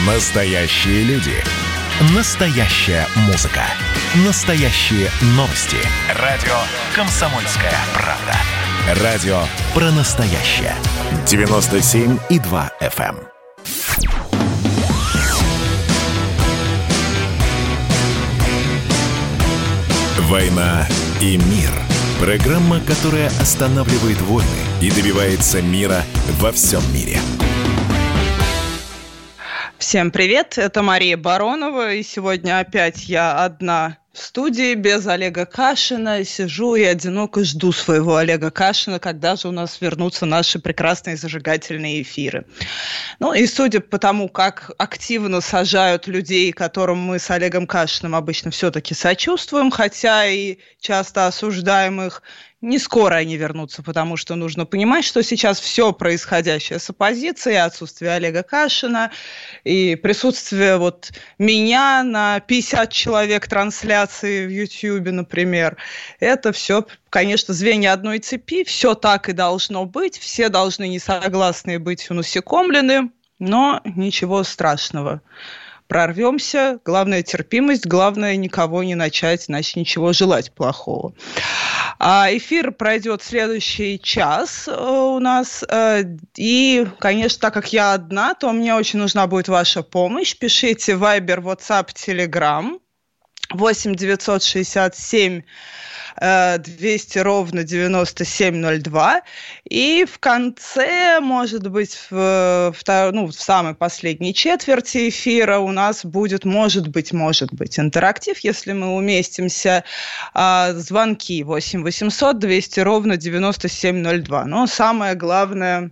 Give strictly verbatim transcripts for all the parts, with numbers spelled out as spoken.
Настоящие люди. Настоящая музыка. Настоящие новости. Радио «Комсомольская правда». Радио про настоящее. девяносто семь и два эф эм. «Война и мир». Программа, которая останавливает войны и добивается мира во всем мире. Всем привет, это Мария Баронова, и сегодня опять я одна в студии, без Олега Кашина. Сижу и одиноко жду своего Олега Кашина, когда же у нас вернутся наши прекрасные зажигательные эфиры. Ну и судя по тому, как активно сажают людей, которым мы с Олегом Кашиным обычно все-таки сочувствуем, хотя и часто осуждаем их, не скоро они вернутся, потому что нужно понимать, что сейчас все происходящее с оппозицией, отсутствие Олега Кашина и присутствие вот меня на пятьдесят человек трансляции в Ютьюбе, например, это все, конечно, звенья одной цепи, все так и должно быть, все должны несогласные быть унасекомлены, но ничего страшного. Прорвемся, главное терпимость, главное никого не начать, значит, ничего желать плохого. А эфир пройдет следующий час у нас, и, конечно, так как я одна, то мне очень нужна будет ваша помощь. Пишите Viber, WhatsApp, Telegram восемь девятьсот шестьдесят семь двести ровно девяносто семь ноль два. И в конце, может быть, в, в, ну, в самой последней четверти эфира у нас будет, может быть, может быть, интерактив, если мы уместимся. Звонки восемь восемьсот двести ровно девяносто семь ноль два. Но самое главное...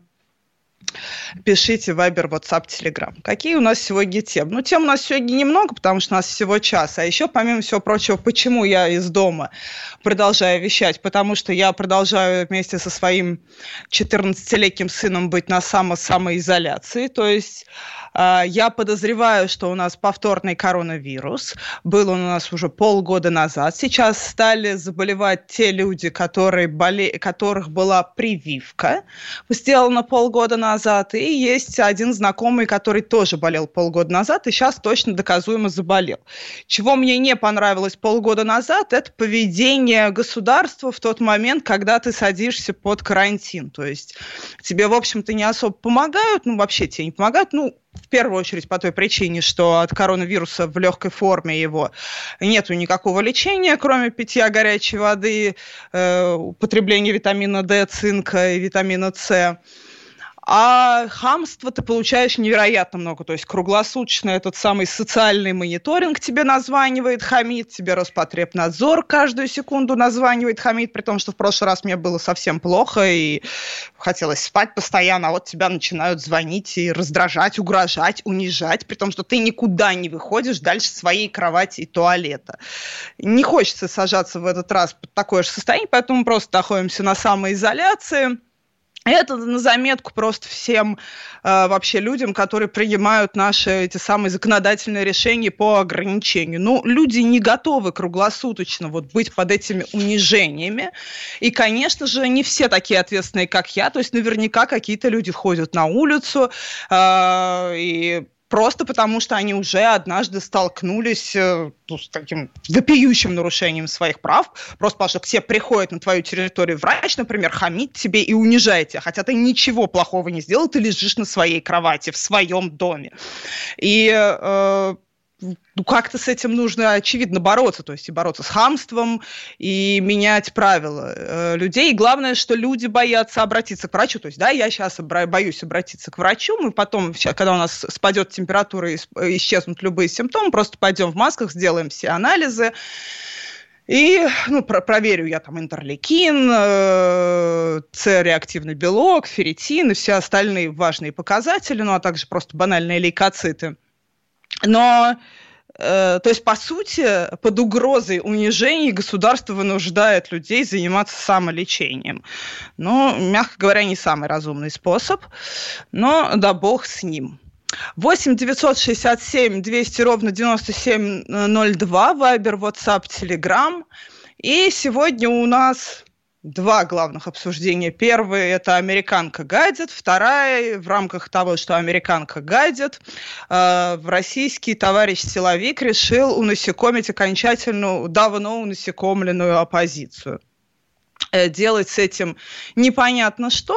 Пишите Viber, WhatsApp, Telegram. Какие у нас сегодня темы? Ну, тем у нас сегодня немного, потому что у нас всего час. А еще, помимо всего прочего, почему я из дома продолжаю вещать? Потому что я продолжаю вместе со своим четырнадцатилетним сыном быть на само-самоизоляции. То есть э, я подозреваю, что у нас повторный коронавирус. Был он у нас уже полгода назад. Сейчас стали заболевать те люди, которые боле... которых была прививка, сделана полгода назад. И есть один знакомый, который тоже болел полгода назад и сейчас точно доказуемо заболел. Чего мне не понравилось полгода назад, это поведение государства в тот момент, когда ты садишься под карантин. То есть тебе, в общем-то, не особо помогают, ну, вообще тебе не помогают, ну, в первую очередь по той причине, что от коронавируса в легкой форме его нету никакого лечения, кроме питья горячей воды, э, употребления витамина D, цинка и витамина С. А хамства ты получаешь невероятно много. То есть круглосуточно этот самый социальный мониторинг тебе названивает, хамит, тебе Роспотребнадзор каждую секунду названивает, хамит, при том, что в прошлый раз мне было совсем плохо и хотелось спать постоянно, а вот тебя начинают звонить и раздражать, угрожать, унижать, при том, что ты никуда не выходишь дальше своей кровати и туалета. Не хочется сажаться в этот раз под такое же состояние, поэтому просто находимся на самоизоляции. Это на заметку просто всем э, вообще людям, которые принимают наши эти самые законодательные решения по ограничению. Ну, люди не готовы круглосуточно вот быть под этими унижениями. И, конечно же, не все такие ответственные, как я. То есть наверняка какие-то люди ходят на улицу э, и... Просто потому, что они уже однажды столкнулись э, с таким вопиющим нарушением своих прав. Просто потому, что к тебе приходит на твою территорию врач, например, хамит тебе и унижает тебя. Хотя ты ничего плохого не сделал, ты лежишь на своей кровати, в своем доме. И... Э, Ну, как-то с этим нужно, очевидно, бороться, то есть и бороться с хамством, и менять правила э, людей. И главное, что люди боятся обратиться к врачу. То есть, да, я сейчас обра- боюсь обратиться к врачу, мы потом, когда у нас спадет температура и исчезнут любые симптомы, просто пойдем в масках, сделаем все анализы. И, ну, про- проверю я там интерлейкин, э- С-реактивный белок, ферритин и все остальные важные показатели, ну, а также просто банальные лейкоциты. Но, э, то есть, по сути, под угрозой унижений государство вынуждает людей заниматься самолечением. Ну, мягко говоря, не самый разумный способ, но да бог с ним. восемь девятьсот шестьдесят семь двести ровно девяносто семь ноль два, Viber, WhatsApp, Telegram. И сегодня у нас два главных обсуждения. Первое – это «Американка гадит». Вторая – в рамках того, что «Американка гадит», э, российский товарищ-силовик решил унасекомить окончательно давно унасекомленную оппозицию. Э, делать с этим непонятно что.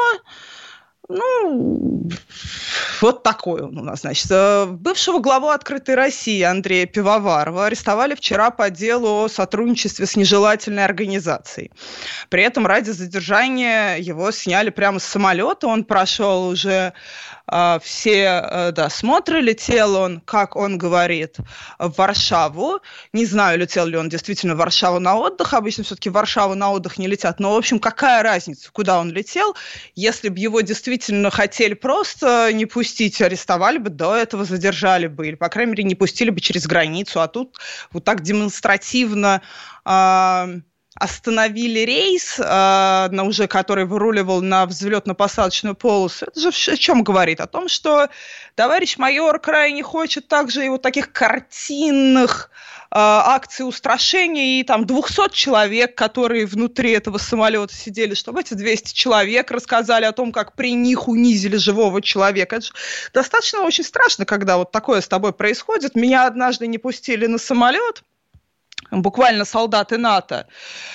Ну, вот такой он у нас, значит. Бывшего главу «Открытой России» Андрея Пивоварова арестовали вчера по делу о сотрудничестве с нежелательной организацией. При этом ради задержания его сняли прямо с самолета. Он прошел уже э, все э, досмотры. Летел он, как он говорит, в Варшаву. Не знаю, летел ли он действительно в Варшаву на отдых. Обычно все-таки в Варшаву на отдых не летят. Но, в общем, какая разница, куда он летел, если бы его действительно Действительно хотели просто не пустить, арестовали бы, до этого задержали бы, или, по крайней мере, не пустили бы через границу, а тут вот так демонстративно э, остановили рейс, э, на уже который выруливал на взлетно-посадочную полосу. Это же о чем говорит? О том, что товарищ майор крайне хочет также и вот таких картинных акции устрашения, и там двухсот человек, которые внутри этого самолета сидели, чтобы эти двести человек рассказали о том, как при них унизили живого человека. Это же достаточно очень страшно, когда вот такое с тобой происходит. Меня однажды не пустили на самолет, буквально солдаты НАТО,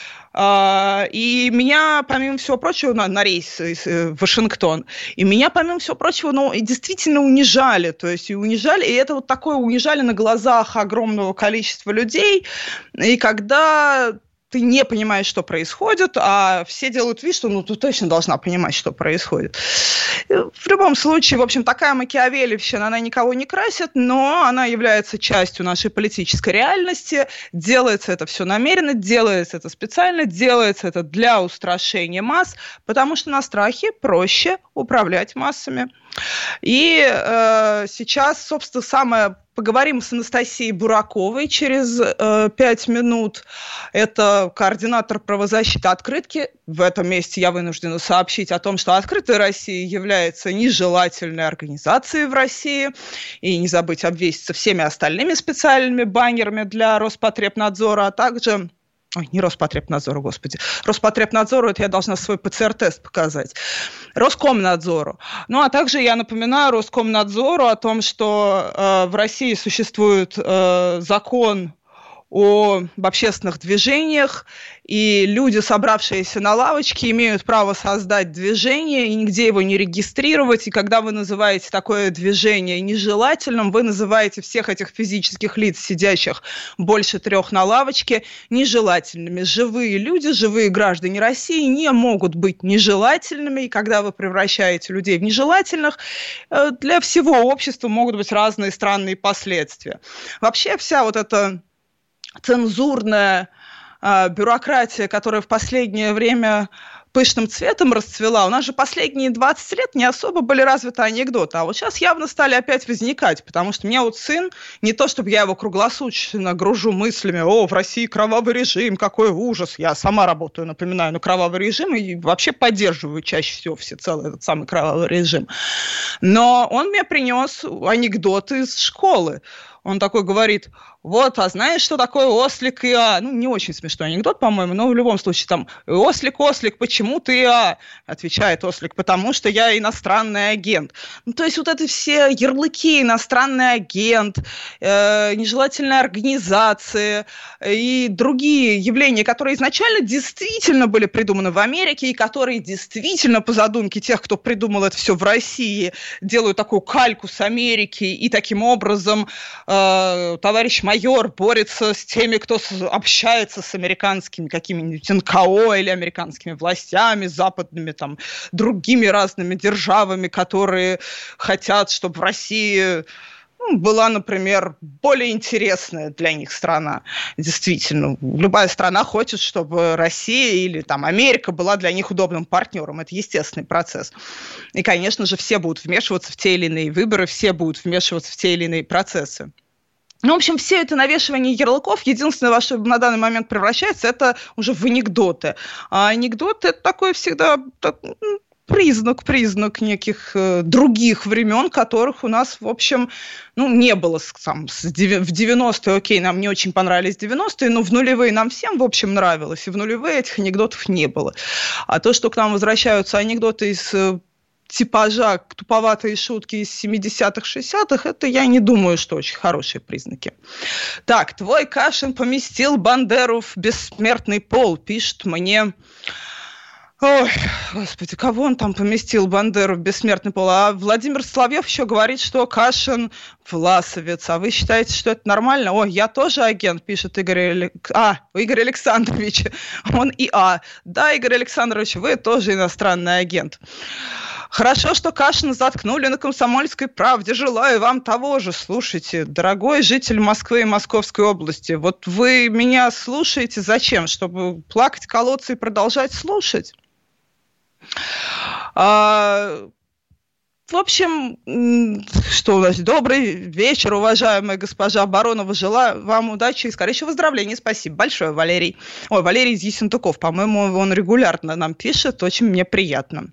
и меня, помимо всего прочего, на, на рейс в Вашингтон, и меня, помимо всего прочего, ну, действительно унижали, то есть и унижали, и это вот такое унижали на глазах огромного количества людей, и когда ты не понимаешь, что происходит, а все делают вид, что ну, ты точно должна понимать, что происходит. В любом случае, в общем, такая макиавелевщина, она никого не красит, но она является частью нашей политической реальности. Делается это все намеренно, делается это специально, делается это для устрашения масс, потому что на страхе проще управлять массами. И э, сейчас, собственно, самое... Поговорим с Анастасией Бураковой через э, пять минут. Это координатор правозащиты «Открытки». В этом месте я вынуждена сообщить о том, что «Открытая Россия» является нежелательной организацией в России. И не забыть обвеситься всеми остальными специальными баннерами для Роспотребнадзора, а также... Ой, не Роспотребнадзору, господи. Роспотребнадзору, это я должна свой ПЦР-тест показать. Роскомнадзору. Ну, а также я напоминаю Роскомнадзору о том, что э, в России существует э, закон об общественных движениях, и люди, собравшиеся на лавочке, имеют право создать движение и нигде его не регистрировать. И когда вы называете такое движение нежелательным, вы называете всех этих физических лиц, сидящих больше трех на лавочке, нежелательными. Живые люди, живые граждане России не могут быть нежелательными. И когда вы превращаете людей в нежелательных, для всего общества могут быть разные странные последствия. Вообще вся вот эта цензурная э, бюрократия, которая в последнее время пышным цветом расцвела. У нас же последние двадцать лет не особо были развиты анекдоты, а вот сейчас явно стали опять возникать, потому что у меня вот сын, не то чтобы я его круглосуточно гружу мыслями, о, в России кровавый режим, какой ужас, я сама работаю, напоминаю, на кровавый режим и вообще поддерживаю чаще всего всецело этот самый кровавый режим. Но он мне принес анекдоты из школы. Он такой говорит, вот, а знаешь, что такое ослик и а? Ну, не очень смешной анекдот, по-моему, но в любом случае там, ослик, ослик, почему ты а? Отвечает ослик, потому что я иностранный агент. Ну, то есть вот это все ярлыки, иностранный агент, э, нежелательные организации и другие явления, которые изначально действительно были придуманы в Америке и которые действительно по задумке тех, кто придумал это все в России, делают такую кальку с Америки и таким образом э, товарищ майор борется с теми, кто общается с американскими какими-нибудь эн ка о или американскими властями, западными, там, другими разными державами, которые хотят, чтобы в России ну, была, например, более интересная для них страна. Действительно, любая страна хочет, чтобы Россия или там, Америка была для них удобным партнером. Это естественный процесс. И, конечно же, все будут вмешиваться в те или иные выборы, все будут вмешиваться в те или иные процессы. Ну, в общем, все это навешивание ярлыков, единственное, во что на данный момент превращается, это уже в анекдоты. А анекдоты – это такое всегда так, признак, признак неких э, других времен, которых у нас, в общем, ну, не было там, с, в девяностые, окей, нам не очень понравились девяностые, но в нулевые нам всем, в общем, нравилось, и в нулевые этих анекдотов не было. А то, что к нам возвращаются анекдоты из типажа туповатые шутки из семидесятых, шестидесятых, это я не думаю, что очень хорошие признаки. Так, твой Кашин поместил Бандеру в бессмертный пол, пишет мне... Ой, господи, кого он там поместил, Бандеру, в бессмертный пол? А Владимир Соловьев еще говорит, что Кашин власовец. А вы считаете, что это нормально? Ой, я тоже агент, пишет Игорь, а, Игорь Александрович. Он и А. Да, Игорь Александрович, вы тоже иностранный агент. Хорошо, что Кашина заткнули на «Комсомольской правде». Желаю вам того же. Слушайте, дорогой житель Москвы и Московской области, вот вы меня слушаете зачем? Чтобы плакать, колоться и продолжать слушать? А, в общем, что у нас? Добрый вечер, уважаемая госпожа Баронова. Желаю вам удачи и скорейшего выздоровления. Спасибо большое, Валерий. Ой, Валерий из Ессентуков. По-моему, он регулярно нам пишет. Очень мне приятно.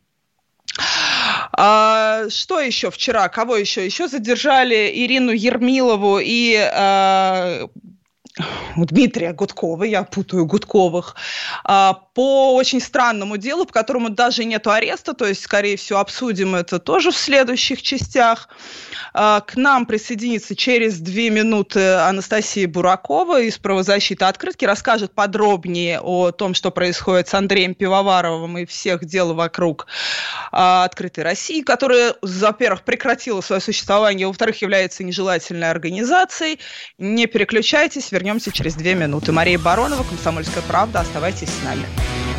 А, что еще вчера? Кого еще? Еще задержали Ирину Ермилову и... А, Дмитрия Гудкова, я путаю Гудковых, по очень странному делу, по которому даже нету ареста, то есть, скорее всего, обсудим это тоже в следующих частях. К нам присоединится через две минуты Анастасия Буракова из правозащиты «Открытки», расскажет подробнее о том, что происходит с Андреем Пивоваровым и всех дел вокруг «Открытой России», которая, во-первых, прекратила свое существование, во-вторых, является нежелательной организацией. Не переключайтесь, вернемся через две минуты. Мария Баронова, «Комсомольская правда». Оставайтесь с нами.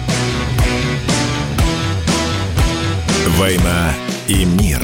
«Война и мир».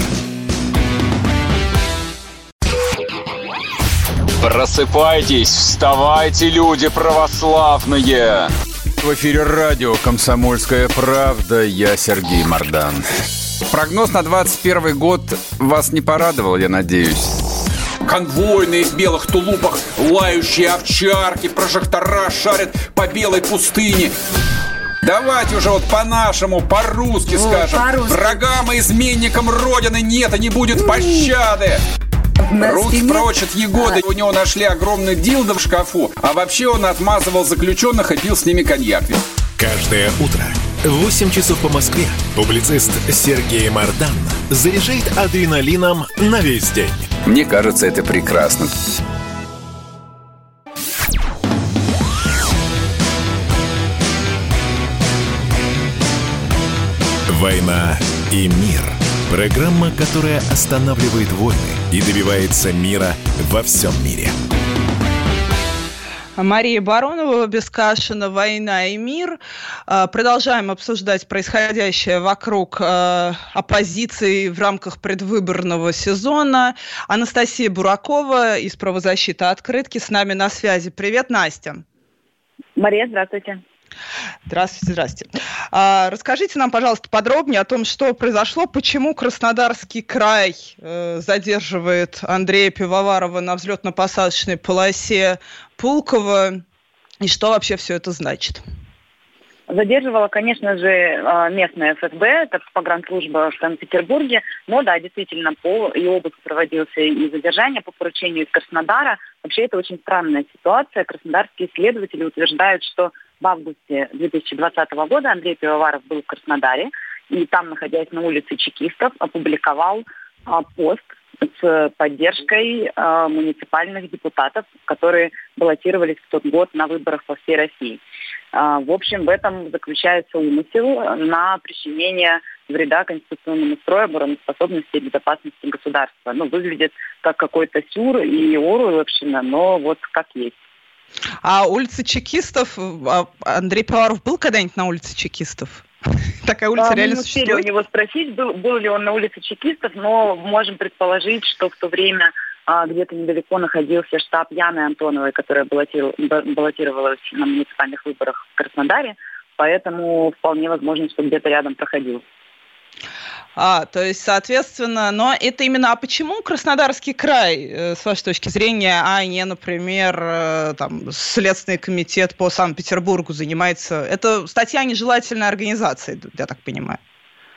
Просыпайтесь, вставайте, люди православные! В эфире радио «Комсомольская правда». Я Сергей Мордан. Прогноз на двадцать первый год вас не порадовал, я надеюсь. Конвойные в белых тулупах, лающие овчарки, прожектора шарят по белой пустыне. Давайте уже вот по-нашему, по-русски вот, скажем. По-русски. Врагам и изменникам Родины нет и не будет пощады. Руки прочь от Егоды. У него нашли огромный дилдо в шкафу. А вообще он отмазывал заключенных и пил с ними коньяк. Каждое утро в восемь часов по Москве публицист Сергей Мордан заряжает адреналином на весь день. Мне кажется, это прекрасно. «Война и мир». Программа, которая останавливает войны и добивается мира во всем мире. Мария Баронова, без Кашина, «Война и мир». Продолжаем обсуждать происходящее вокруг оппозиции в рамках предвыборного сезона. Анастасия Буракова из правозащиты «Открытки» с нами на связи. Привет, Настя. Мария, здравствуйте. Здравствуйте, здравствуйте. А, расскажите нам, пожалуйста, подробнее о том, что произошло, почему Краснодарский край э, задерживает Андрея Пивоварова на взлетно-посадочной полосе Пулково, и что вообще все это значит? Задерживала, конечно же, местная эф эс бэ, это погранслужба в Санкт-Петербурге, но да, действительно, по и обыск проводился и задержание по поручению из Краснодара. Вообще это очень странная ситуация. Краснодарские следователи утверждают, что в августе две тысячи двадцатого года Андрей Пивоваров был в Краснодаре, и там, находясь на улице чекистов, опубликовал а, пост с поддержкой а, муниципальных депутатов, которые баллотировались в тот год на выборах по всей России. А, в общем, в этом заключается умысел на причинение вреда конституционному строю, обороноспособности и безопасности государства. Ну, выглядит как какой-то сюр и оруэлловщина, но вот как есть. А улица чекистов, Андрей Пивоваров был когда-нибудь на улице чекистов? Такая улица а, реально существует? Мы не успели у него спросить, был, был ли он на улице чекистов, но можем предположить, что в то время а, где-то недалеко находился штаб Яны Антоновой, которая баллотировалась на муниципальных выборах в Краснодаре, поэтому вполне возможно, что где-то рядом проходил. А, то есть, соответственно, но это именно, а почему Краснодарский край, э, с вашей точки зрения, а не, например, э, там, Следственный комитет по Санкт-Петербургу занимается? Это статья нежелательной организации, я так понимаю.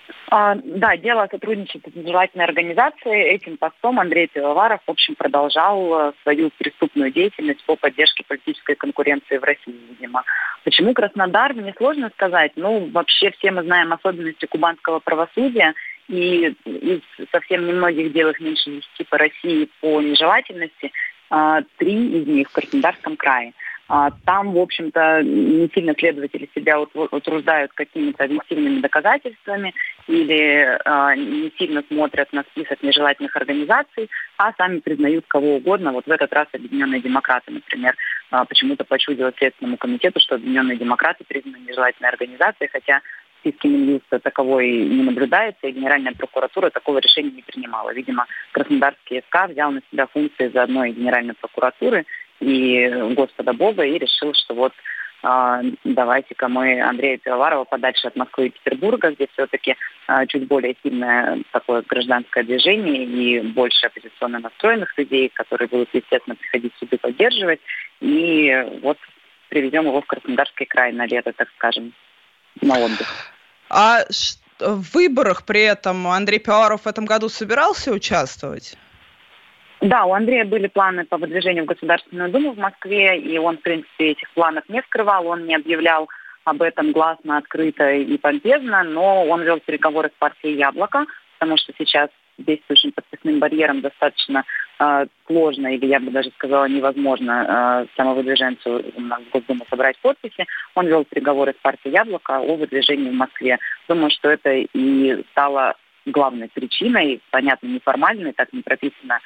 А, да, дело о сотрудничестве с нежелательной организацией. Этим постом Андрей Пивоваров, в общем, продолжал свою преступную деятельность по поддержке политической конкуренции в России, видимо. Почему Краснодар, мне сложно сказать. Ну, вообще все мы знаем особенности кубанского правосудия. И из совсем немногих дел, их меньше десяти по России по нежелательности, а, три из них в Краснодарском крае. Там, в общем-то, не сильно следователи себя утруждают какими-то объективными доказательствами или э, не сильно смотрят на список нежелательных организаций, а сами признают кого угодно. Вот в этот раз Объединенные демократы, например, э, почему-то почудило Следственному комитету, что Объединенные демократы признаны нежелательной организацией, хотя в списке Минюста таковой не наблюдается, и Генеральная прокуратура такого решения не принимала. Видимо, Краснодарский СК взял на себя функции заодно и Генеральной прокуратуры, и Господа Бога, и решил, что вот э, давайте-ка мы Андрея Пивоварова подальше от Москвы и Петербурга, где все-таки э, чуть более сильное такое гражданское движение и больше оппозиционно настроенных людей, которые будут, естественно, приходить в суды поддерживать, и вот привезем его в Краснодарский край на лето, так скажем, на отдых. А в выборах при этом Андрей Пивоваров в этом году собирался участвовать? Да, у Андрея были планы по выдвижению в Государственную Думу в Москве, и он, в принципе, этих планов не скрывал, он не объявлял об этом гласно, открыто и помпезно, но он вел переговоры с партией «Яблоко», потому что сейчас действующим подписным барьером достаточно э, сложно, или я бы даже сказала невозможно э, самовыдвиженцу в Госдуму собрать подписи. Он вел переговоры с партией «Яблоко» о выдвижении в Москве. Думаю, что это и стало главной причиной, понятно, неформальной, так не прописано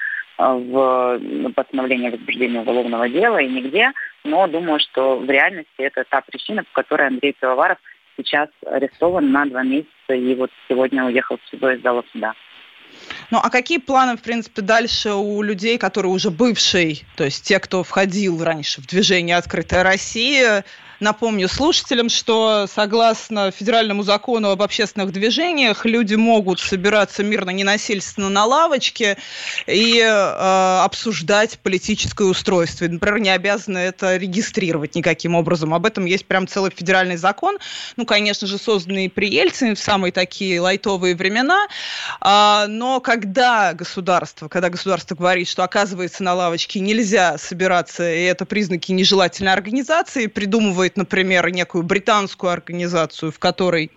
в постановлении о возбуждении уголовного дела и нигде, но думаю, что в реальности это та причина, по которой Андрей Пивоваров сейчас арестован на два месяца и вот сегодня уехал в СИЗО из зала суда. Ну, а какие планы, в принципе, дальше у людей, которые уже бывшие, то есть те, кто входил раньше в движение «Открытая Россия»? Напомню слушателям, что согласно федеральному закону об общественных движениях люди могут собираться мирно, ненасильственно на лавочке и э, обсуждать политическое устройство. Например, не обязаны это регистрировать никаким образом. Об этом есть прям целый федеральный закон. Ну, конечно же, созданный при Ельцине в самые такие лайтовые времена. А, но когда государство, когда государство говорит, что, оказывается, на лавочке нельзя собираться, и это признаки нежелательной организации, придумывает, например, некую британскую организацию, в которой,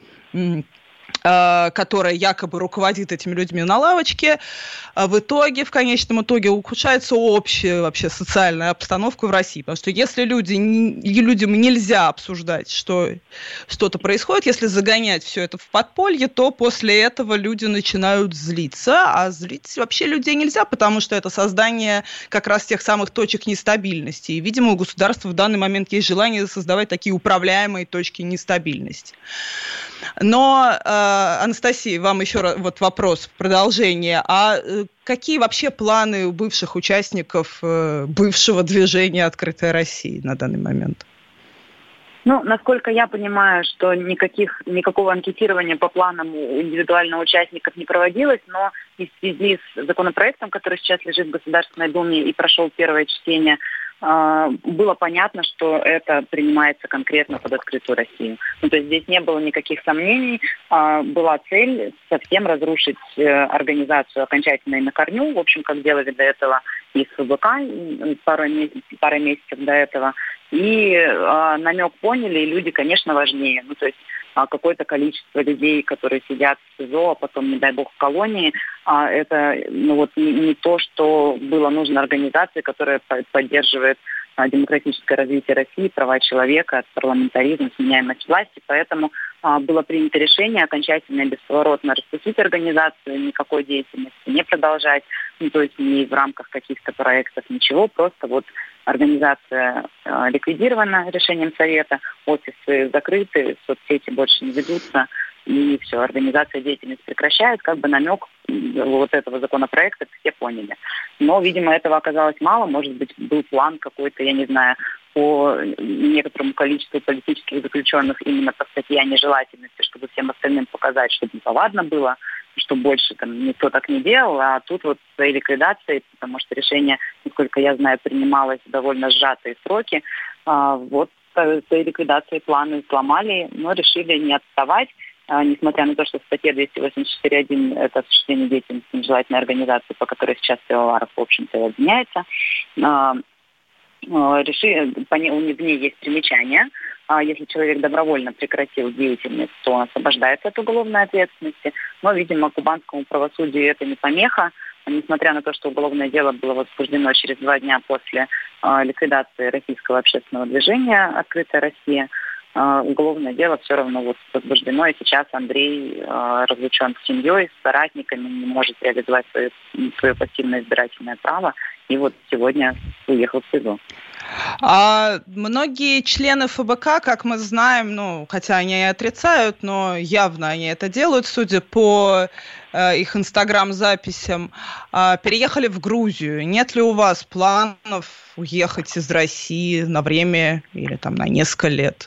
э, которая якобы руководит этими людьми на лавочке, в итоге, в конечном итоге, ухудшается общая вообще социальная обстановка в России. Потому что если люди, людям нельзя обсуждать, что что-то происходит, если загонять все это в подполье, то после этого люди начинают злиться. А злить вообще людей нельзя, потому что это создание как раз тех самых точек нестабильности. И, видимо, у государства в данный момент есть желание создавать такие управляемые точки нестабильности. Но, э, Анастасия, вам еще раз вот вопрос, продолжение. А э, какие вообще планы у бывших участников э, бывшего движения «Открытая Россия» на данный момент? Ну, насколько я понимаю, что никаких, никакого анкетирования по планам у индивидуальных участников не проводилось, но и в связи с законопроектом, который сейчас лежит в Государственной Думе и прошел первое чтение, было понятно, что это принимается конкретно под «Открытую Россию». Ну, то есть здесь не было никаких сомнений. Была цель совсем разрушить организацию окончательно и на корню, в общем, как делали до этого и с ФБК пару, пару месяцев до этого. И намек поняли, и люди, конечно, важнее. Ну, то есть какое-то количество людей, которые сидят в СИЗО, а потом, не дай бог, в колонии, а это ну, вот, не, не то, что было нужно организации, которая поддерживает а, демократическое развитие России, права человека, парламентаризм, сменяемость власти. Поэтому а, было принято решение окончательно и бесповоротно распустить организацию, никакой деятельности не продолжать, ну, то есть ни в рамках каких-то проектов, ничего, просто вот организация э, ликвидирована решением Совета, офисы закрыты, соцсети больше не ведутся, и все, организация деятельность прекращает, как бы намек вот этого законопроекта все поняли. Но, видимо, этого оказалось мало, может быть, был план какой-то, я не знаю, по некоторому количеству политических заключенных именно по статье о нежелательности, чтобы всем остальным показать, чтобы неповадно было, что больше там никто так не делал, а тут вот своей ликвидацией, потому что решение, насколько я знаю, принималось в довольно сжатые сроки, а, вот своей ликвидацией планы сломали, но решили не отставать несмотря на то, что в статье двести восемьдесят четыре один это осуществление деятельности нежелательной организации, по которой сейчас Пивоваров, в общем-то, обвиняется, реши, в ней есть примечание. Если человек добровольно прекратил деятельность, то он освобождается от уголовной ответственности. Но, видимо, кубанскому правосудию это не помеха. Несмотря на то, что уголовное дело было возбуждено через два дня после ликвидации российского общественного движения «Открытая Россия», уголовное дело все равно вот возбуждено, и сейчас Андрей э, разлучен с семьей, с соратниками, не может реализовать свое, свое пассивное избирательное право, и вот сегодня уехал в СИЗО. А многие члены ФБК, как мы знаем, ну, хотя они и отрицают, но явно они это делают, судя по э, их инстаграм-записям, э, переехали в Грузию. Нет ли у вас планов уехать из России на время или там на несколько лет?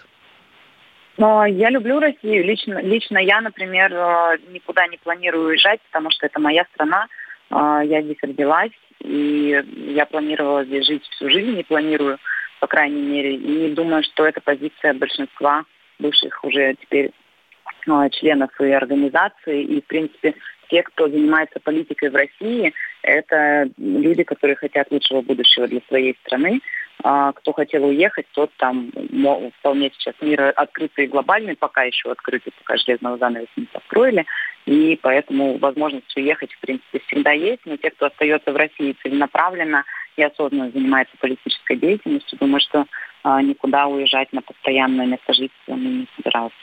Но я люблю Россию. Лично, лично я, например, никуда не планирую уезжать, потому что это моя страна. Я здесь родилась, и я планировала здесь жить всю жизнь, не планирую, по крайней мере. И думаю, что это позиция большинства бывших уже теперь членов и организаций. И, в принципе, те, кто занимается политикой в России, это люди, которые хотят лучшего будущего для своей страны. Кто хотел уехать, тот там вполне сейчас мир открытый и глобальный, пока еще открытый, пока железного занавеса не построили, и поэтому возможность уехать, в принципе, всегда есть, но те, кто остается в России целенаправленно и осознанно занимается политической деятельностью, думаю, что а, никуда уезжать на постоянное место жительства мы не собираются.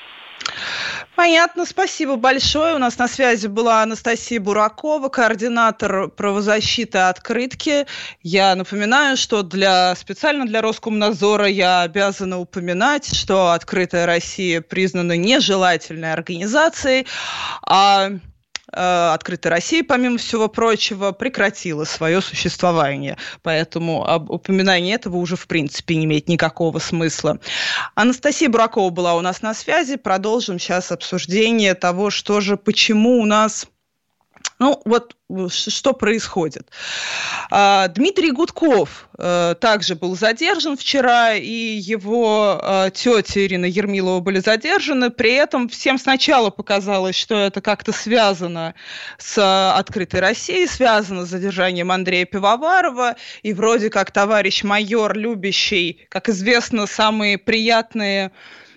Понятно, спасибо большое. У нас на связи была Анастасия Буракова, координатор правозащиты «Открытки». Я напоминаю, что для, специально для Роскомнадзора я обязана упоминать, что «Открытая Россия» признана нежелательной организацией, а «Открытая Россия», помимо всего прочего, прекратила свое существование. Поэтому упоминание этого уже, в принципе, не имеет никакого смысла. Анастасия Буракова была у нас на связи. Продолжим сейчас обсуждение того, что же, почему у нас... Ну, вот что происходит. Дмитрий Гудков также был задержан вчера, и его тетя Ирина Ермилова были задержаны. При этом всем сначала показалось, что это как-то связано с «Открытой Россией», связано с задержанием Андрея Пивоварова, и вроде как товарищ майор, любящий, как известно, самые приятные,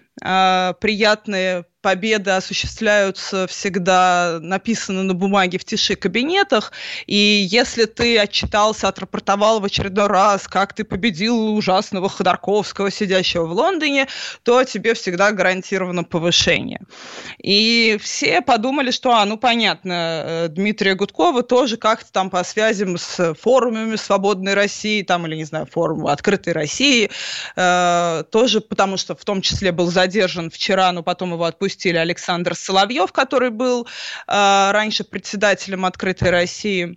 приятные победы осуществляются всегда, написаны на бумаге в тиши кабинетах, и если ты отчитался, отрапортовал в очередной раз, как ты победил ужасного Ходорковского, сидящего в Лондоне, то тебе всегда гарантировано повышение. И все подумали, что, а, ну понятно, Дмитрия Гудкова тоже как-то там по связям с форумами «Свободной России», там, или, не знаю, форум «Открытой России», э, тоже потому что в том числе был задержан вчера, но потом его отпустили, Александр Соловьев, который был э, раньше председателем «Открытой России».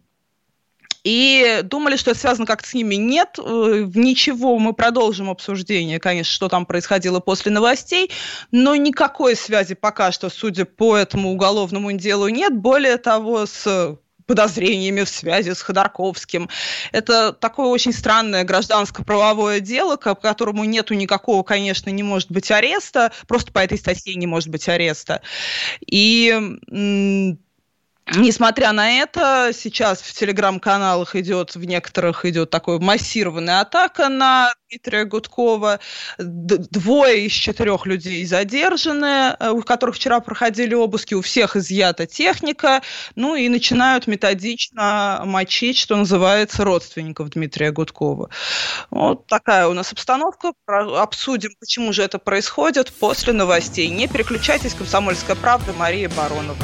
И думали, что это связано как-то с ними. Нет, ничего, мы продолжим обсуждение, конечно, что там происходило после новостей, но никакой связи пока что, судя по этому уголовному делу, нет. Более того, с подозрениями в связи с Ходорковским. Это такое очень странное гражданско-правовое дело, по которому нету никакого, конечно, не может быть ареста, просто по этой статье не может быть ареста. И м- несмотря на это, сейчас в телеграм-каналах идет, в некоторых идет такая массированная атака на Дмитрия Гудкова. Двое из четырех людей задержаны, у которых вчера проходили обыски, у всех изъята техника, ну и начинают методично мочить, что называется, родственников Дмитрия Гудкова. Вот такая у нас обстановка. Обсудим, почему же это происходит после новостей. Не переключайтесь, «Комсомольская правда», Мария Баронова.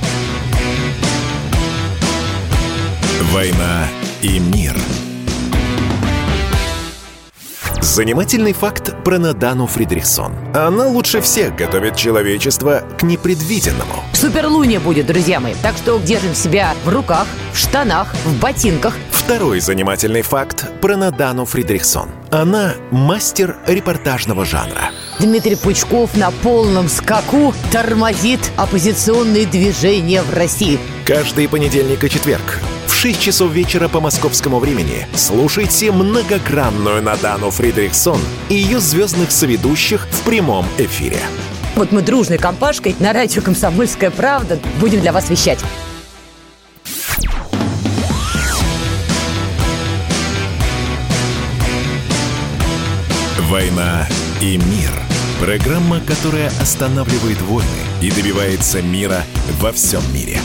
«Война и мир». Занимательный факт про Надану Фридрихсон. Она лучше всех готовит человечество к непредвиденному. Суперлуния будет, друзья мои. Так что держим себя в руках, в штанах, в ботинках. Второй занимательный факт про Надану Фридрихсон. Она мастер репортажного жанра. Дмитрий Пучков на полном скаку тормозит оппозиционные движения в России. Каждый понедельник и четверг в шесть часов вечера по московскому времени слушайте многогранную Надану Фридрихсон и ее звездных соведущих в прямом эфире. Вот мы дружной компашкой на радио «Комсомольская правда» будем для вас вещать. «Война и мир». Программа, которая останавливает войны и добивается мира во всем мире.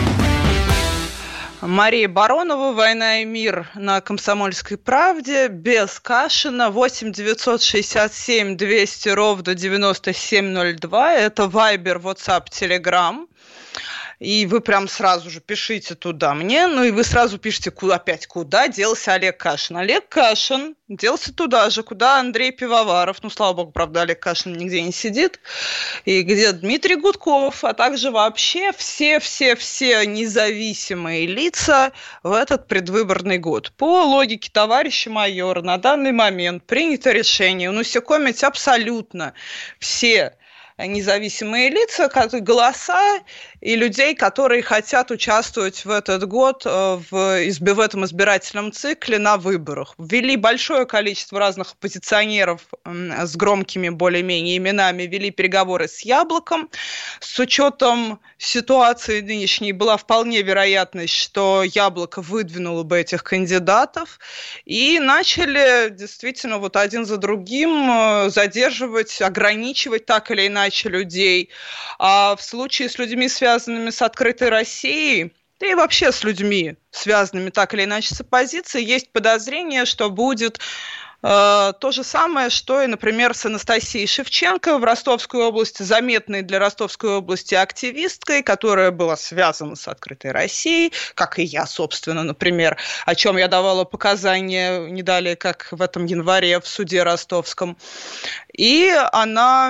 Мария Баронова, «Война и мир» на «Комсомольской правде», без Кашина, восемь девятьсот шестьдесят семь двести ровно девяносто семь ноль два. Это Вайбер, WhatsApp, Telegram. И вы прям сразу же пишите туда мне, ну и вы сразу пишите куда, опять, куда делся Олег Кашин. Олег Кашин делся туда же, куда Андрей Пивоваров, ну, слава богу, правда, Олег Кашин нигде не сидит, и где Дмитрий Гудков, а также вообще все-все-все независимые лица в этот предвыборный год. По логике товарища майора на данный момент принято решение уносекомить абсолютно все независимые лица, голоса и людей, которые хотят участвовать в этот год в, в этом избирательном цикле на выборах. Ввели большое количество разных оппозиционеров с громкими более-менее именами, вели переговоры с Яблоком. С учетом ситуации нынешней была вполне вероятность, что Яблоко выдвинуло бы этих кандидатов, и начали действительно вот один за другим задерживать, ограничивать так или иначе людей. А в случае с людьми, связанными с «Открытой Россией», да и вообще с людьми, связанными так или иначе с оппозицией, есть подозрение, что будет э, то же самое, что и, например, с Анастасией Шевченко в Ростовской области, заметной для Ростовской области активисткой, которая была связана с «Открытой Россией», как и я, собственно, например, о чем я давала показания не далее, как в этом январе в суде ростовском. И она...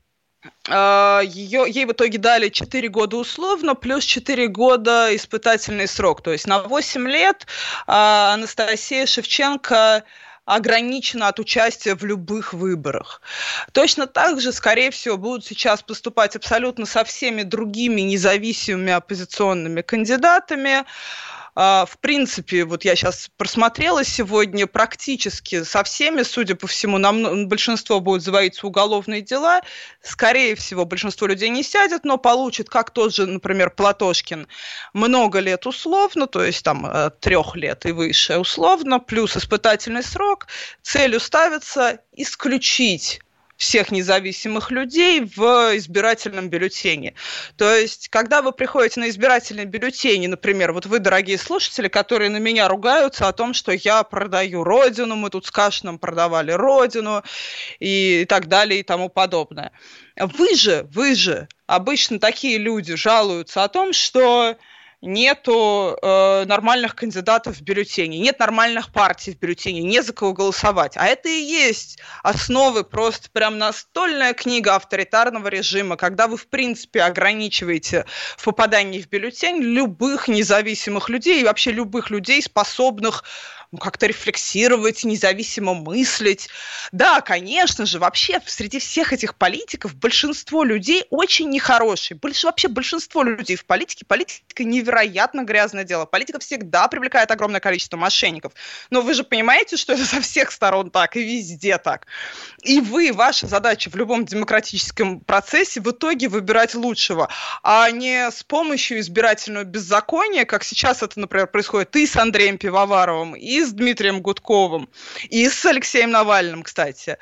Ее, ей в итоге дали четыре года условно, плюс четыре года испытательный срок. То есть на восемь лет Анастасия Шевченко ограничена от участия в любых выборах. Точно так же, скорее всего, будут сейчас поступать абсолютно со всеми другими независимыми оппозиционными кандидатами. В принципе, вот я сейчас просмотрела сегодня, практически со всеми, судя по всему, нам большинство будет заводиться уголовные дела. Скорее всего, большинство людей не сядет, но получит, как тот же, например, Платошкин, много лет условно, то есть там трех лет и выше условно, плюс испытательный срок. Целью ставится исключить всех независимых людей в избирательном бюллетене. То есть, когда вы приходите на избирательный бюллетень, например, вот вы, дорогие слушатели, которые на меня ругаются о том, что я продаю родину, мы тут с Кашиным продавали родину и так далее и тому подобное. Вы же, вы же, обычно такие люди жалуются о том, что нету э, нормальных кандидатов в бюллетене, нет нормальных партий в бюллетене, не за кого голосовать. А это и есть основы, просто прям настольная книга авторитарного режима, когда вы, в принципе, ограничиваете в попадании в бюллетень любых независимых людей и вообще любых людей, способных ну, как-то рефлексировать, независимо мыслить. Да, конечно же, вообще среди всех этих политиков большинство людей очень нехорошие. Больш... Вообще большинство людей в политике, политика невероятно грязное дело. Политика всегда привлекает огромное количество мошенников. Но вы же понимаете, что это со всех сторон так и везде так. И вы, ваша задача в любом демократическом процессе в итоге выбирать лучшего, а не с помощью избирательного беззакония, как сейчас это, например, происходит и с Андреем Пивоваровым, и с Дмитрием Гудковым, и с Алексеем Навальным, кстати,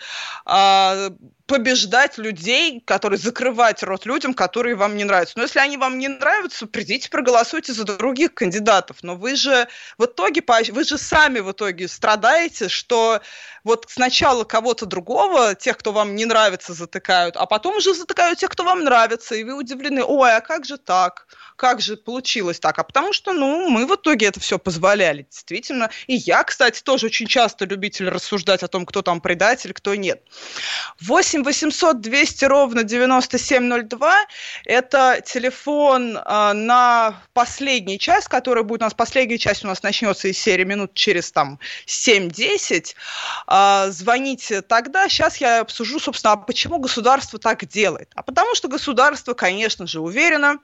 побеждать людей, которые закрывать рот людям, которые вам не нравятся. Но если они вам не нравятся, придите, проголосуйте за других кандидатов. Но вы же в итоге, вы же сами в итоге страдаете, что вот сначала кого-то другого, тех, кто вам не нравится, затыкают, а потом уже затыкают тех, кто вам нравится, и вы удивлены, ой, а как же так? Как же получилось так? А потому что, ну, мы в итоге это все позволяли, действительно. И я, кстати, тоже очень часто любитель рассуждать о том, кто там предатель, кто нет. восемь восемьсот двести ровно девяносто семь ноль два – это телефон э, на последний час, который будет у нас, последняя часть у нас начнется из серии минут через там семь-десять. Э, звоните тогда. Сейчас я обсужу, собственно, а почему государство так делает. А потому что государство, конечно же, уверено,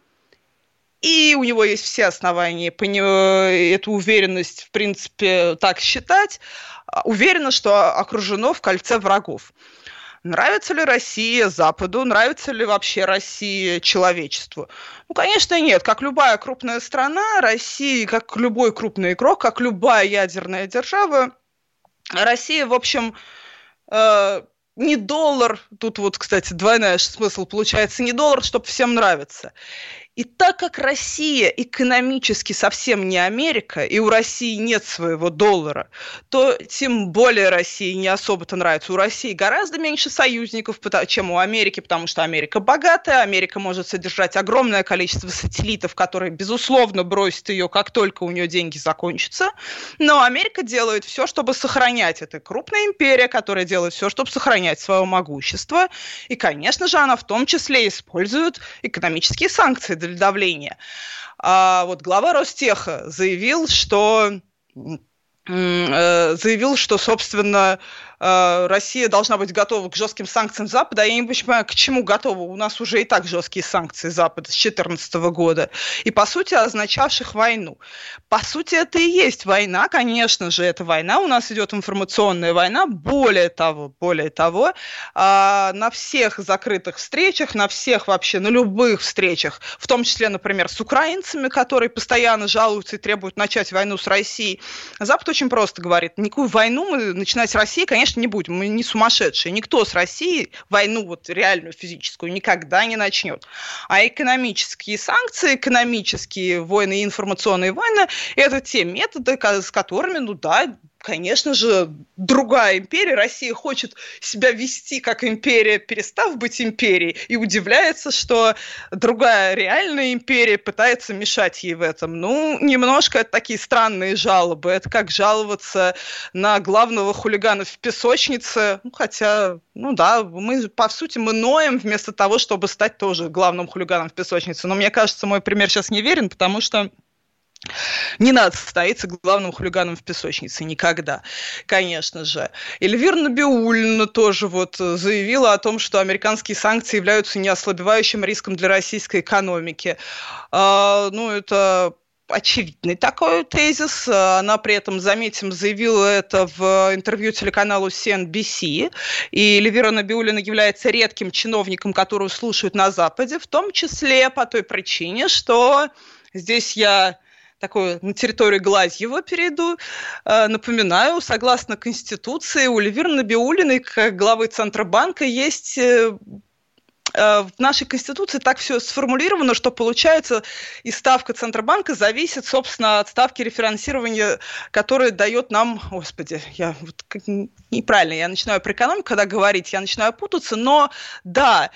и у него есть все основания эту уверенность, в принципе, так считать, уверено, что окружено в кольце врагов. Нравится ли Россия Западу, нравится ли вообще Россия человечеству? Ну, конечно, нет. Как любая крупная страна, Россия, как любой крупный игрок, как любая ядерная держава, Россия, в общем, э, не доллар, тут вот, кстати, двойной смысл получается, не доллар, чтобы всем нравиться. И так как Россия экономически совсем не Америка, и у России нет своего доллара, то тем более России не особо-то нравится. У России гораздо меньше союзников, чем у Америки, потому что Америка богатая, Америка может содержать огромное количество сателлитов, которые, безусловно, бросят ее, как только у нее деньги закончатся. Но Америка делает все, чтобы сохранять. Это крупная империя, которая делает все, чтобы сохранять свое могущество. И, конечно же, она в том числе использует экономические санкции для давления. А вот глава Ростеха заявил, что заявил, что, собственно, Россия должна быть готова к жестким санкциям Запада. А я не понимаю, к чему готова. У нас уже и так жесткие санкции Запада с две тысячи четырнадцатого года. И, по сути, означавших войну. По сути, это и есть война. Конечно же, это война. У нас идет информационная война. Более того, более того, на всех закрытых встречах, на всех вообще, на любых встречах, в том числе, например, с украинцами, которые постоянно жалуются и требуют начать войну с Россией, Запад очень просто говорит, никакую войну мы начинать с России, конечно, не будем, мы не сумасшедшие. Никто с Россией войну вот реальную физическую никогда не начнет. А экономические санкции, экономические войны и информационные войны – это те методы, с которыми, ну да, конечно же, другая империя, Россия хочет себя вести как империя, перестав быть империей, и удивляется, что другая реальная империя пытается мешать ей в этом. Ну, немножко это такие странные жалобы. Это как жаловаться на главного хулигана в песочнице. Ну, хотя, ну да, мы, по сути, мы ноем вместо того, чтобы стать тоже главным хулиганом в песочнице. Но мне кажется, мой пример сейчас неверен, потому что не надо становиться главным хулиганом в песочнице. Никогда, конечно же. Эльвира Набиуллина тоже вот заявила о том, что американские санкции являются неослабевающим риском для российской экономики. А, ну, это очевидный такой тезис. Она при этом, заметим, заявила это в интервью телеканалу си эн би си. И Эльвира Набиуллина является редким чиновником, которого слушают на Западе, в том числе по той причине, что здесь я такое на территорию Глазьева перейду. Напоминаю, согласно Конституции, у Эльвиры Набиуллиной, как главы Центробанка, есть в нашей Конституции так все сформулировано, что, получается, и ставка Центробанка зависит, собственно, от ставки рефинансирования, которая дает нам... Господи, я вот неправильно, я начинаю про экономику, когда говорить, я начинаю путаться, но да...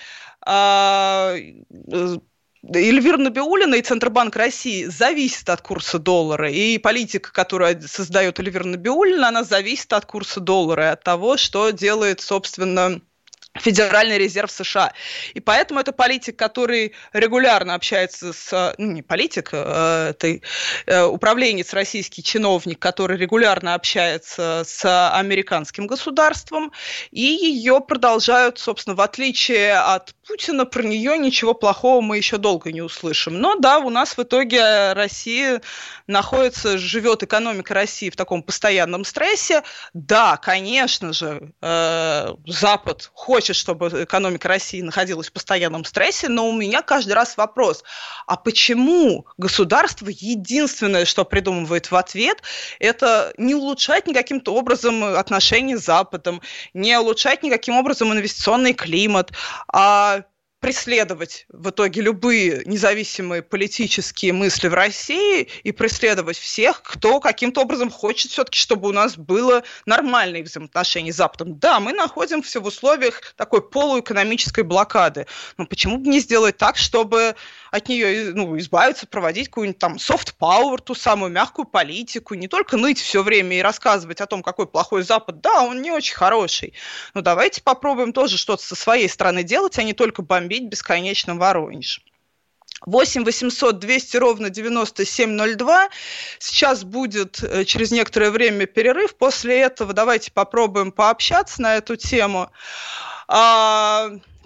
Эльвира Набиуллина и Центробанк России зависит от курса доллара, и политика, которую создает Эльвира Набиуллина, она зависит от курса доллара и от того, что делает, собственно, Федеральный резерв США. И поэтому это политик, который регулярно общается с... Ну, не политик, а это управленец, российский чиновник, который регулярно общается с американским государством, и ее продолжают, собственно, в отличие от Путина, про нее ничего плохого мы еще долго не услышим. Но да, у нас в итоге Россия находится, живет экономика России в таком постоянном стрессе. Да, конечно же, э, Запад хочет, чтобы экономика России находилась в постоянном стрессе, но у меня каждый раз вопрос, а почему государство единственное, что придумывает в ответ, это не улучшать никаким-то образом отношения с Западом, не улучшать никаким образом инвестиционный климат, а преследовать в итоге любые независимые политические мысли в России и преследовать всех, кто каким-то образом хочет все-таки, чтобы у нас было нормальные взаимоотношения с Западом. Да, мы находимся в условиях такой полуэкономической блокады, но почему бы не сделать так, чтобы от нее, ну, избавиться, проводить какую-нибудь там soft power, ту самую мягкую политику, не только ныть все время и рассказывать о том, какой плохой Запад. Да, он не очень хороший, но давайте попробуем тоже что-то со своей стороны делать, а не только бомбить бесконечно Воронеж. восемь восемьсот двести ровно девяносто семь ноль два. Сейчас будет через некоторое время перерыв. После этого давайте попробуем пообщаться на эту тему.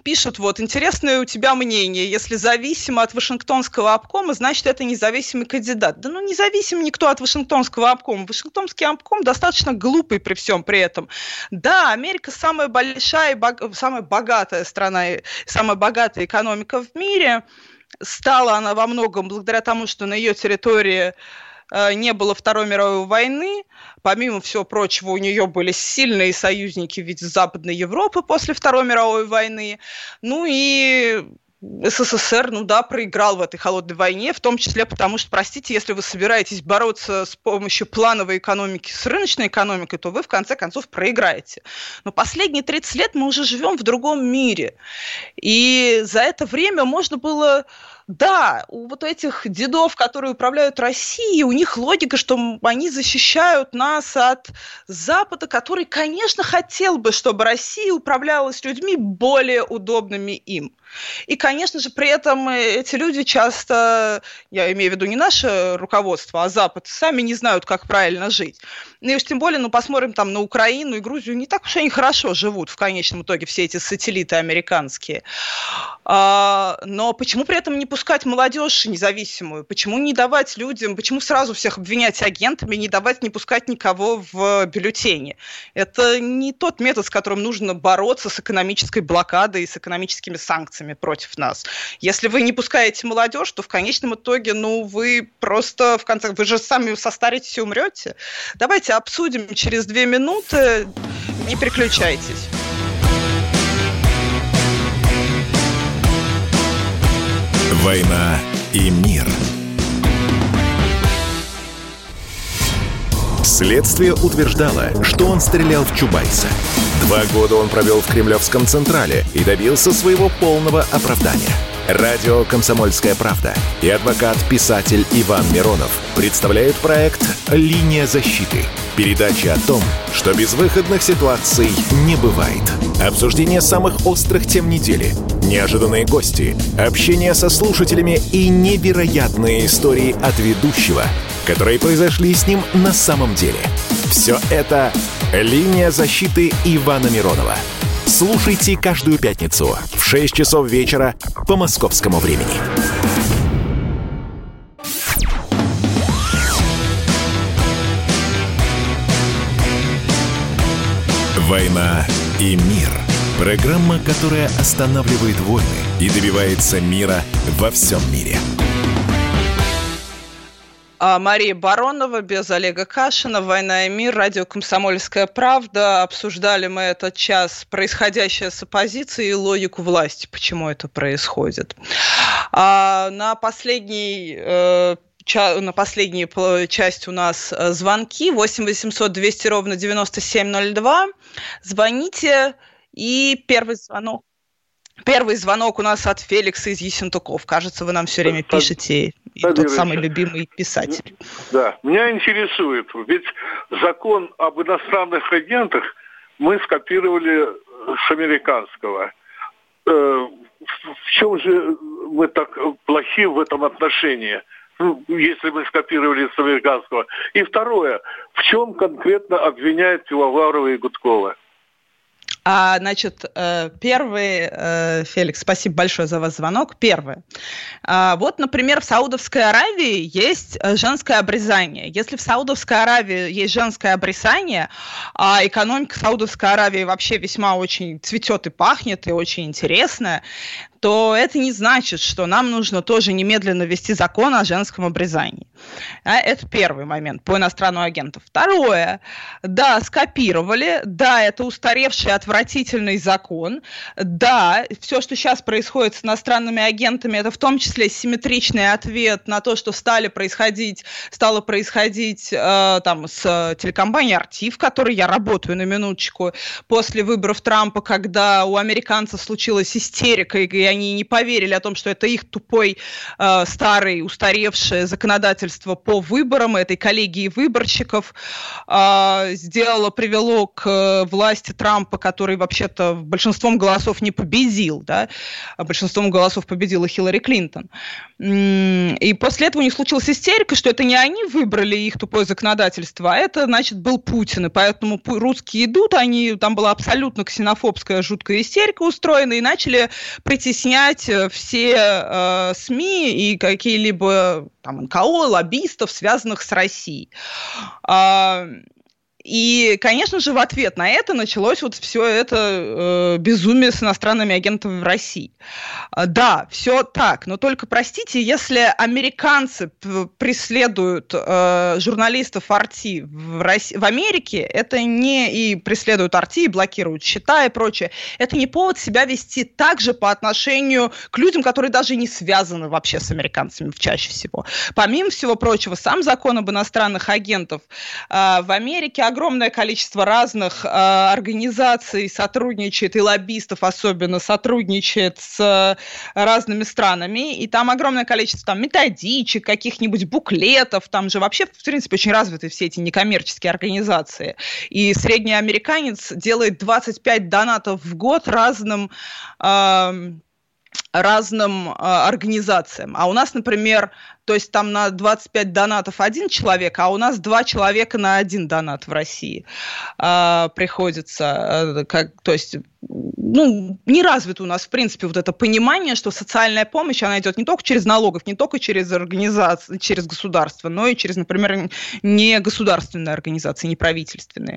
пишут, вот, интересное у тебя мнение, если зависимо от Вашингтонского обкома, значит, это независимый кандидат. Да ну, независим никто от Вашингтонского обкома. Вашингтонский обком достаточно глупый при всем при этом. Да, Америка самая большая, самая богатая страна, самая богатая экономика в мире. Стала она во многом благодаря тому, что на ее территории не было Второй мировой войны. Помимо всего прочего, у нее были сильные союзники в виде Западной Европы после Второй мировой войны. Ну и СССР, ну да, проиграл в этой холодной войне, в том числе потому, что, простите, если вы собираетесь бороться с помощью плановой экономики с рыночной экономикой, то вы, в конце концов, проиграете. Но последние тридцать лет мы уже живем в другом мире. И за это время можно было... Да, у вот этих дедов, которые управляют Россией, у них логика, что они защищают нас от Запада, который, конечно, хотел бы, чтобы Россия управлялась людьми более удобными им. И, конечно же, при этом эти люди часто, я имею в виду не наше руководство, а Запад, сами не знают, как правильно жить. Ну и уж тем более, ну, посмотрим там на Украину и Грузию, не так уж они хорошо живут в конечном итоге, все эти сателлиты американские. А, но почему при этом не пускать молодежь независимую? Почему не давать людям, почему сразу всех обвинять агентами, не давать, не пускать никого в бюллетени? Это не тот метод, с которым нужно бороться с экономической блокадой и с экономическими санкциями против нас. Если вы не пускаете молодежь, то в конечном итоге, ну, вы просто, в конце, вы же сами состаритесь и умрете. Давайте обсудим через две минуты. Не переключайтесь. «Война и мир». Следствие утверждало, что он стрелял в Чубайса. Два года он провел в Кремлевском Централе и добился своего полного оправдания. Радио «Комсомольская правда» и адвокат-писатель Иван Миронов представляют проект «Линия защиты». Передача о том, что безвыходных ситуаций не бывает. Обсуждение самых острых тем недели, неожиданные гости, общение со слушателями и невероятные истории от ведущего, которые произошли с ним на самом деле. Все это «Линия защиты» Ивана Миронова. Слушайте каждую пятницу в шесть часов вечера по московскому времени. «Война и мир». Программа, которая останавливает войны и добивается мира во всем мире. Мария Баронова, без Олега Кашина, «Война и мир», радио «Комсомольская правда». Обсуждали мы этот час происходящее с оппозицией и логику власти, почему это происходит. А на последней... Э, На последней части у нас звонки. восемь восемьсот двести ровно девяносто семь ноль два. Звоните. И первый звонок. Первый звонок у нас от Феликса из Ессентуков. Кажется, вы нам все время пишете. И тот самый любимый писатель. Да. Меня интересует. Ведь закон об иностранных агентах мы скопировали с американского. В чем же мы так плохи в этом отношении? Если мы скопировали с американского. И второе, в чем конкретно обвиняют Пивоварова и Гудкова? А, значит, первый, Феликс, спасибо большое за ваш звонок. Первое. Вот, например, в Саудовской Аравии есть женское обрезание. Если в Саудовской Аравии есть женское обрезание, а экономика Саудовской Аравии вообще весьма очень цветет и пахнет, и очень интересная, то это не значит, что нам нужно тоже немедленно ввести закон о женском обрезании. Это первый момент по иностранным агентам. Второе. Да, скопировали. Да, это устаревший, отвратительный закон. Да, все, что сейчас происходит с иностранными агентами, это в том числе симметричный ответ на то, что стали происходить, стало происходить э, там, с телекомпанией «Арти», в которой я работаю на минуточку, после выборов Трампа, когда у американцев случилась истерика, и они не поверили о том, что это их тупой, э, старый, устаревшее законодательство законодательство по выборам этой коллегии выборщиков э, сделало, привело к власти Трампа, который вообще-то большинством голосов не победил, да, а большинством голосов победила Хиллари Клинтон. И после этого у них случилась истерика, что это не они выбрали их тупое законодательство, а это, значит, был Путин. И поэтому русские идут, они, там была абсолютно ксенофобская жуткая истерика устроена, и начали притеснять все э, СМИ и какие-либо там эн ка о, лоббистов, связанных с Россией. А, И, конечно же, в ответ на это началось вот все это э, безумие с иностранными агентами в России. Э, да, все так, но только, простите, если американцы преследуют э, журналистов ар ти в, России, в Америке, это не и преследуют ар ти, и блокируют счета и прочее, это не повод себя вести так же по отношению к людям, которые даже не связаны вообще с американцами чаще всего. Помимо всего прочего, сам закон об иностранных агентах э, в Америке огромное количество разных э, организаций сотрудничает, и лоббистов особенно сотрудничает с э, разными странами, и там огромное количество там, методичек, каких-нибудь буклетов, там же вообще, в принципе, очень развиты все эти некоммерческие организации. И средний американец делает двадцать пять донатов в год разным... Э, разным э, организациям. А у нас, например, то есть там на двадцать пять донатов один человек, а у нас два человека на один донат в России э, приходится. Э, как, то есть, ну, не развито у нас, в принципе, вот это понимание, что социальная помощь, она идет не только через налогов, не только через организации, через государство, но и через, например, не государственные организации, не правительственные.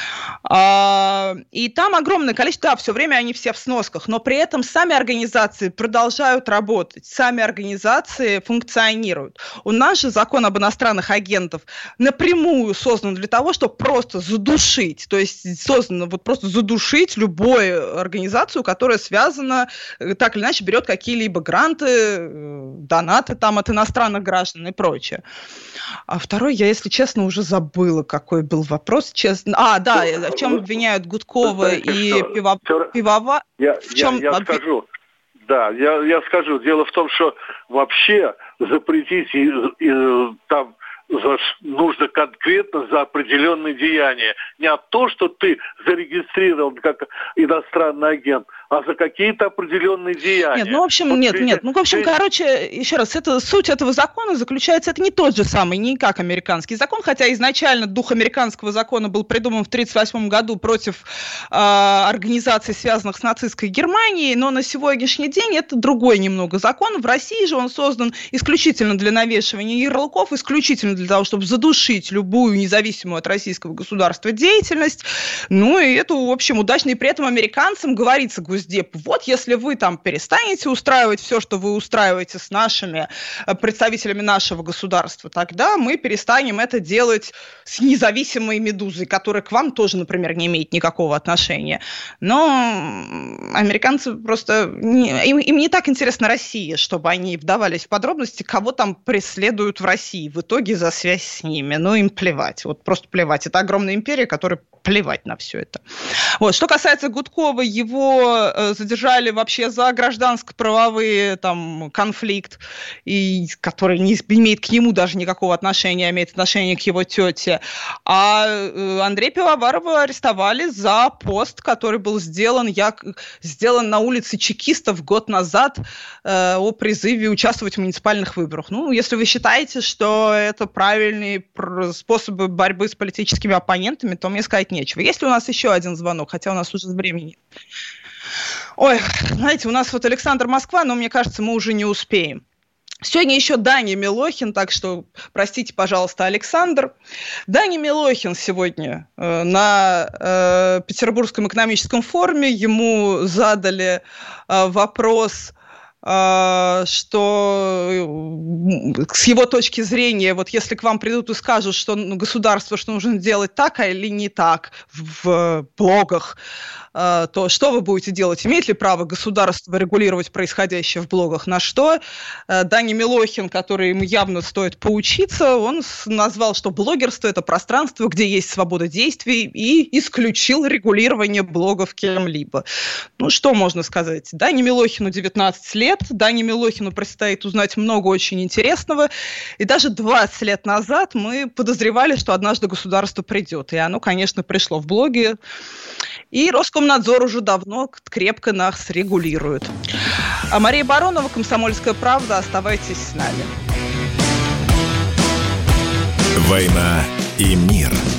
Э, и там огромное количество, да, все время они все в сносках, но при этом сами организации продолжают работать, сами организации функционируют. У нас же закон об иностранных агентах напрямую создан для того, чтобы просто задушить, то есть создано вот просто задушить любую организацию, которая связана, так или иначе, берет какие-либо гранты, донаты там от иностранных граждан и прочее. А второй, я, если честно, уже забыла, какой был вопрос. Честно. А, да, в чем обвиняют Гудкова и Пивова? Пивова? Я, в чем... я, я скажу. Да, я, я скажу. Дело в том, что вообще запретить и, и, там за, нужно конкретно за определенные деяния. Не то, что ты зарегистрирован как иностранный агент, а за какие-то определенные деяния. Нет, ну, в общем, вот нет, ты, нет. Ну, в общем, ты... короче, еще раз, это, суть этого закона заключается, это не тот же самый, не как американский закон, хотя изначально дух американского закона был придуман в тридцать восьмом году против э, организаций, связанных с нацистской Германией, но на сегодняшний день это другой немного закон. В России же он создан исключительно для навешивания ярлыков, исключительно для того, чтобы задушить любую независимую от российского государства деятельность. Ну, и это, в общем, удачно. И при этом американцам говорится, Госдеп, вот если вы там перестанете устраивать все, что вы устраиваете с нашими представителями нашего государства, тогда мы перестанем это делать с независимой «Медузой», которая к вам тоже, например, не имеет никакого отношения. Но американцы просто... Не, им, им не так интересна Россия, чтобы они вдавались в подробности, кого там преследуют в России в итоге за связь с ними. Ну, им плевать. Вот просто плевать. Это огромная империя, которая плевать на все это. Вот. Что касается Гудкова, его э, задержали вообще за гражданско-правовые там конфликт, и, который не имеет к нему даже никакого отношения, а имеет отношение к его тете. А э, Андрея Пивоварова арестовали за пост, который был сделан, я, сделан на улице чекистов год назад э, о призыве участвовать в муниципальных выборах. Ну, если вы считаете, что это правильные способы борьбы с политическими оппонентами, то мне сказать нечего. Есть ли у нас еще один звонок, хотя у нас уже времени нет? Ой, знаете, у нас вот Александр Москва, но мне кажется, мы уже не успеем. Сегодня еще Даня Милохин, так что простите, пожалуйста, Александр. Даня Милохин сегодня э, на э, Петербургском экономическом форуме, ему задали э, вопрос, что с его точки зрения, вот если к вам придут и скажут, что государство, что нужно делать так или не так в блогах, то что вы будете делать? Имеет ли право государство регулировать происходящее в блогах? На что Даня Милохин, который ему явно стоит поучиться, он назвал, что блогерство – это пространство, где есть свобода действий, и исключил регулирование блогов кем-либо. Ну, что можно сказать? Дане Милохину девятнадцать лет, лет. Дане Милохину предстоит узнать много очень интересного. И даже двадцать лет назад мы подозревали, что однажды государство придет. И оно, конечно, пришло в блоге. И Роскомнадзор уже давно крепко нас регулирует. А Мария Баронова, «Комсомольская правда». Оставайтесь с нами. «Война и мир».